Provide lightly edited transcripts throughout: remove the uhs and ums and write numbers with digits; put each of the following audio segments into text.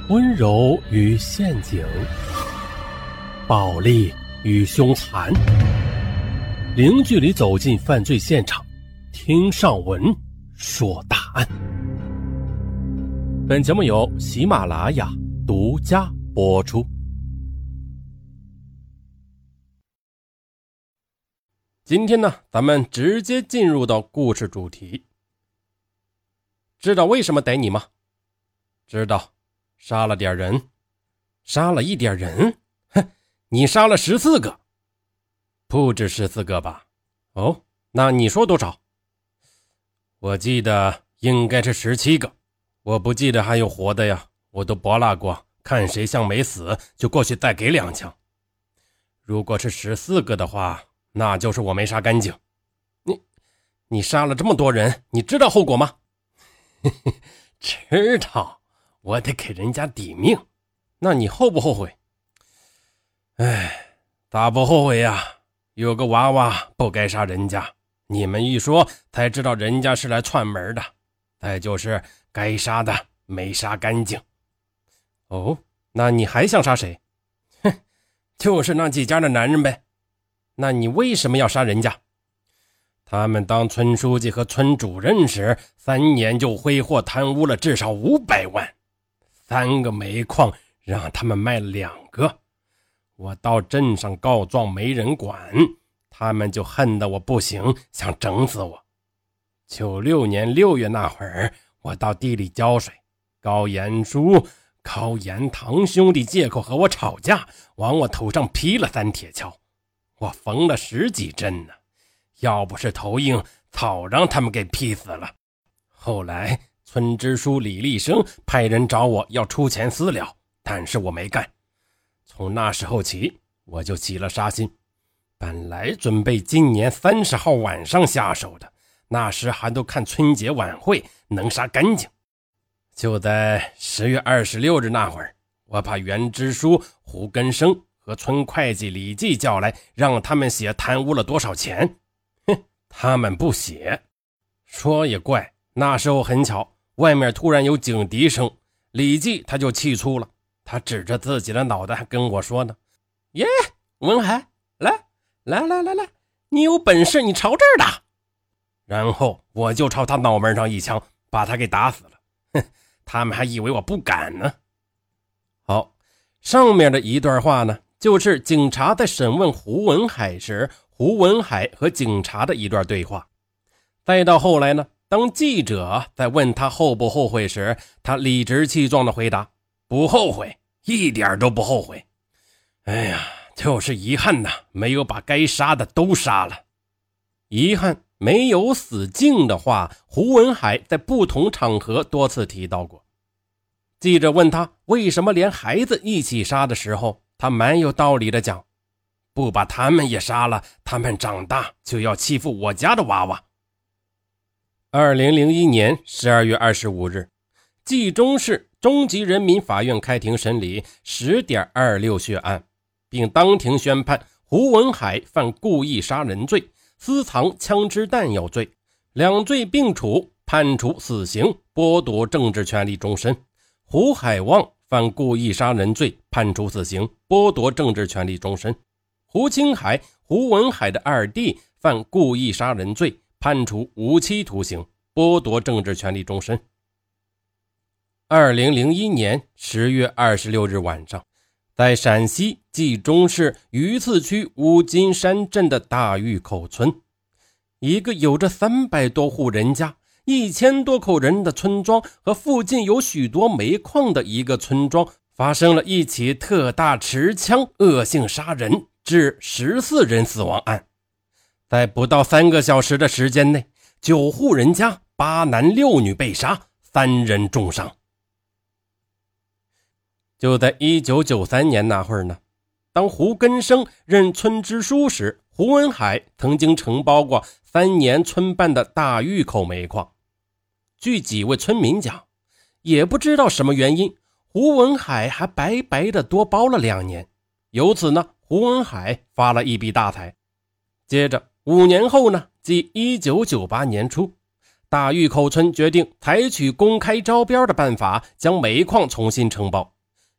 温柔与陷阱，暴力与凶残，零距离走进犯罪现场，听上文说大案。本节目由喜马拉雅独家播出。今天呢，咱们直接进入到故事主题。知道为什么逮你吗？知道，杀了点人。杀了一点人？哼，你杀了14个。不止14个吧？哦，那你说多少？我记得应该是17个，我不记得还有活的呀，我都拨拉过，看谁像没死就过去再给2枪。如果是14个的话，那就是我没杀干净。你杀了这么多人，你知道后果吗？知道，我得给人家抵命。那你后不后悔？咋不后悔呀？有个娃娃不该杀人家，你们一说才知道人家是来串门的。再就是该杀的没杀干净。哦，那你还想杀谁？就是那几家的男人呗。那你为什么要杀人家？他们当村书记和村主任时，3年就挥霍贪污了至少500万。3个煤矿让他们卖了2个。我到镇上告状没人管，他们就恨得我不行，想整死我。96年6月那会儿，我到地里浇水，高延书、高延堂兄弟借口和我吵架，往我头上劈了3铁锹。我缝了10几针呢，要不是头硬，早让他们给劈死了。后来村支书李立生派人找我要出钱私了，但是我没干。从那时候起，我就起了杀心，本来准备今年30号晚上下手的，那时还都看春节晚会，能杀干净。就在10月26日那会儿，我把原支书胡根生和村会计李记叫来，让他们写贪污了多少钱。他们不写。说也怪，那时候很巧，外面突然有警笛声，李记他就气粗了，他指着自己的脑袋还跟我说呢：耶，文海，来，你有本事你朝这儿打。然后我就朝他脑门上一枪，把他给打死了。他们还以为我不敢呢。好，上面的一段话呢，就是警察在审问胡文海时，胡文海和警察的一段对话。再到后来呢，当记者在问他后不后悔时，他理直气壮地回答：不后悔，一点都不后悔。哎呀，就是遗憾呐，没有把该杀的都杀了。遗憾没有死净的话，胡文海在不同场合多次提到过。记者问他为什么连孩子一起杀的时候，他蛮有道理的讲：不把他们也杀了，他们长大就要欺负我家的娃娃。2001年12月25日，冀中市中级人民法院开庭审理 10.26 血案，并当庭宣判胡文海犯故意杀人罪、私藏枪支弹药罪，2罪并处，判处死刑，剥夺政治权利终身。胡海旺犯故意杀人罪，判处死刑，剥夺政治权利终身。胡青海、胡文海的2弟犯故意杀人罪，判处无期徒刑，剥夺政治权利终身。2001年10月26日晚上，在陕西冀中市榆次区乌金山镇的大峪口村，一个有着300多户人家、1000多口人的村庄和附近有许多煤矿的一个村庄，发生了一起特大持枪恶性杀人致14人死亡案。在不到3个小时的时间内，9户人家8男6女被杀，3人重伤。就在1993年那会儿呢，当胡根生任村支书时，胡文海曾经承包过3年村办的大峪口煤矿。据几位村民讲，也不知道什么原因，胡文海还白白的多包了2年。由此呢，胡文海发了一笔大财。接着5年后呢，即1998年初，大峪口村决定采取公开招标的办法，将煤矿重新承包。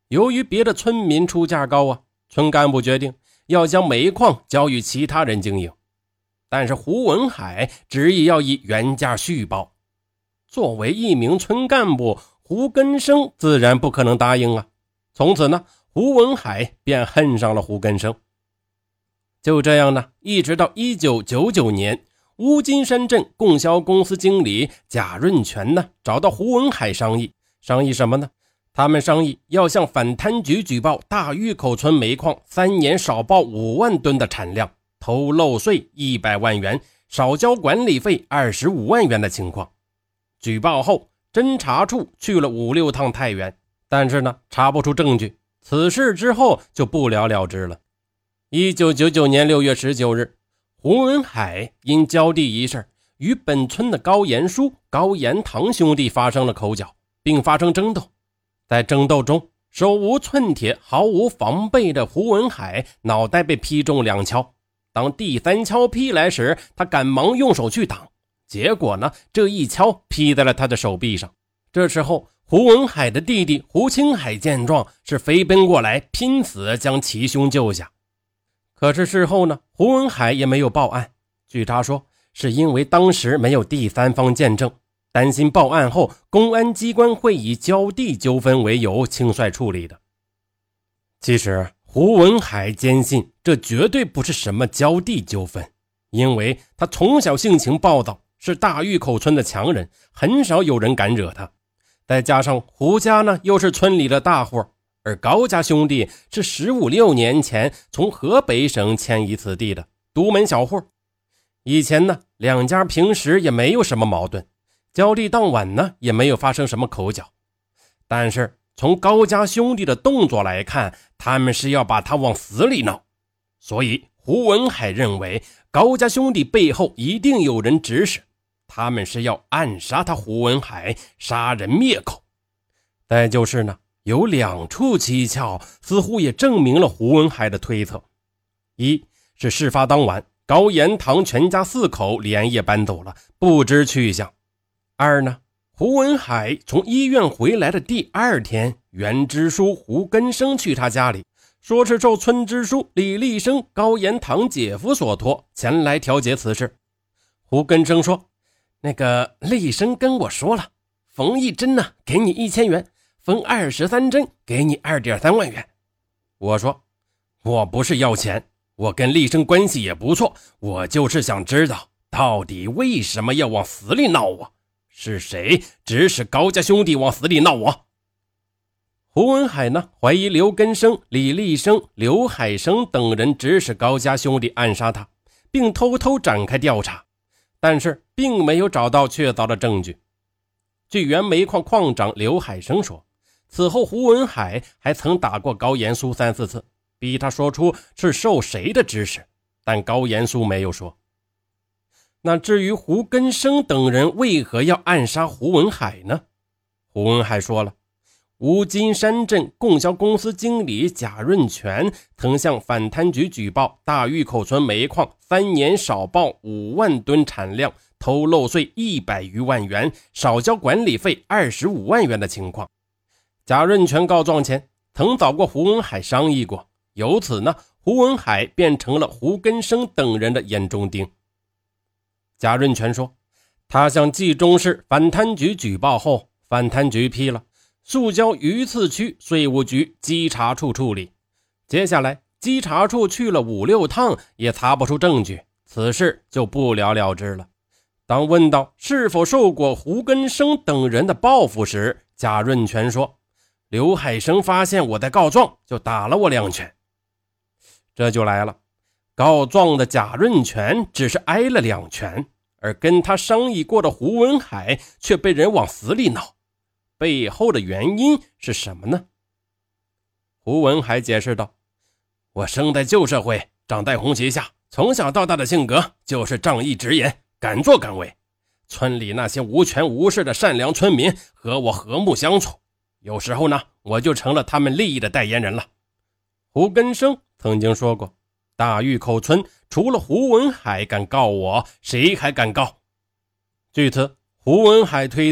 由于别的村民出价高啊，村干部决定要将煤矿交予其他人经营。但是胡文海执意要以原价续报。作为一名村干部，胡根生自然不可能答应啊。从此呢，胡文海便恨上了胡根生。就这样呢，一直到1999年，乌金山镇供销公司经理贾润全呢找到胡文海商议什么呢？他们商议要向反贪局举报大峪口村煤矿3年少报5万吨的产量，偷漏税100万元，少交管理费25万元的情况。举报后，侦查处去了5、6趟太原，但是呢查不出证据，此事之后就不了了之了。1999年6月19日，胡文海因交地一事与本村的高延书、高延堂兄弟发生了口角，并发生争斗。在争斗中，手无寸铁、毫无防备的胡文海脑袋被劈中2敲。当第3敲劈来时，他赶忙用手去挡，结果呢，这一敲劈在了他的手臂上。这时候，胡文海的弟弟胡青海见状，是飞奔过来，拼死将其兄救下。可是事后呢，胡文海也没有报案。据他说，是因为当时没有第三方见证，担心报案后公安机关会以交地纠纷为由轻率处理的。其实胡文海坚信这绝对不是什么交地纠纷，因为他从小性情暴躁，是大峪口村的强人，很少有人敢惹他。再加上胡家呢又是村里的大户，而高家兄弟是15、16年前从河北省迁移此地的独门小户。以前呢，两家平时也没有什么矛盾，交地当晚呢也没有发生什么口角。但是从高家兄弟的动作来看，他们是要把他往死里闹。所以胡文海认为高家兄弟背后一定有人指使，他们是要暗杀他胡文海，杀人灭口。再就是呢，有2处蹊跷似乎也证明了胡文海的推测。一是事发当晚，高延堂全家4口连夜搬走了，不知去向。二呢，胡文海从医院回来的第2天，原支书胡根生去他家里，说是受村支书李立生高延堂姐夫所托，前来调解此事。胡根生说，那个立生跟我说了，缝1针呢给你1000元，缝23针给你2.3万元。我说，我不是要钱，我跟立生关系也不错，我就是想知道到底为什么要往死里闹我，是谁指使高家兄弟往死里闹我。胡文海呢怀疑刘根生、李立生、刘海生等人指使高家兄弟暗杀他，并偷偷展开调查，但是并没有找到确凿的证据。据原煤矿矿长刘海生说，此后胡文海还曾打过高延书3、4次，逼他说出是受谁的指使，但高延书没有说。那至于胡根生等人为何要暗杀胡文海呢？胡文海说了，乌金山镇供销公司经理贾润全曾向反贪局举报大峪口村煤矿3年少报5万吨产量，偷漏税100余万元，少交管理费25万元的情况。贾润全告状前曾找过胡文海商议过，由此呢，胡文海变成了胡根生等人的眼中钉。贾润全说，他向冀中市反贪局举报后，反贪局批了，速交榆次区税务局稽查处处理。接下来稽查处去了5、6趟，也查不出证据，此事就不了了之了。当问到是否受过胡根生等人的报复时，贾润全说，刘海生发现我在告状，就打了我2拳。这就来了，告状的贾润全只是挨了2拳，而跟他商议过的胡文海却被人往死里闹，背后的原因是什么呢？胡文海解释道，我生在旧社会，长在红旗下，从小到大的性格就是仗义直言，敢作敢为。村里那些无权无势的善良村民和我和睦相处，有时候呢，我就成了他们利益的代言人了。胡根生曾经说过，大峪口村除了胡文海敢告我，谁还敢告？据此，胡文海推测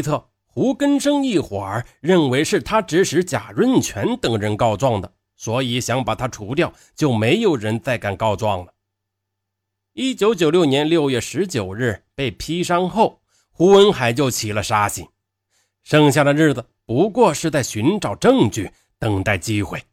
胡根生一伙儿认为是他指使贾润全等人告状的，所以想把他除掉，就没有人再敢告状了。1996年6月19日被批伤后，胡文海就起了杀心，剩下的日子不过是在寻找证据，等待机会。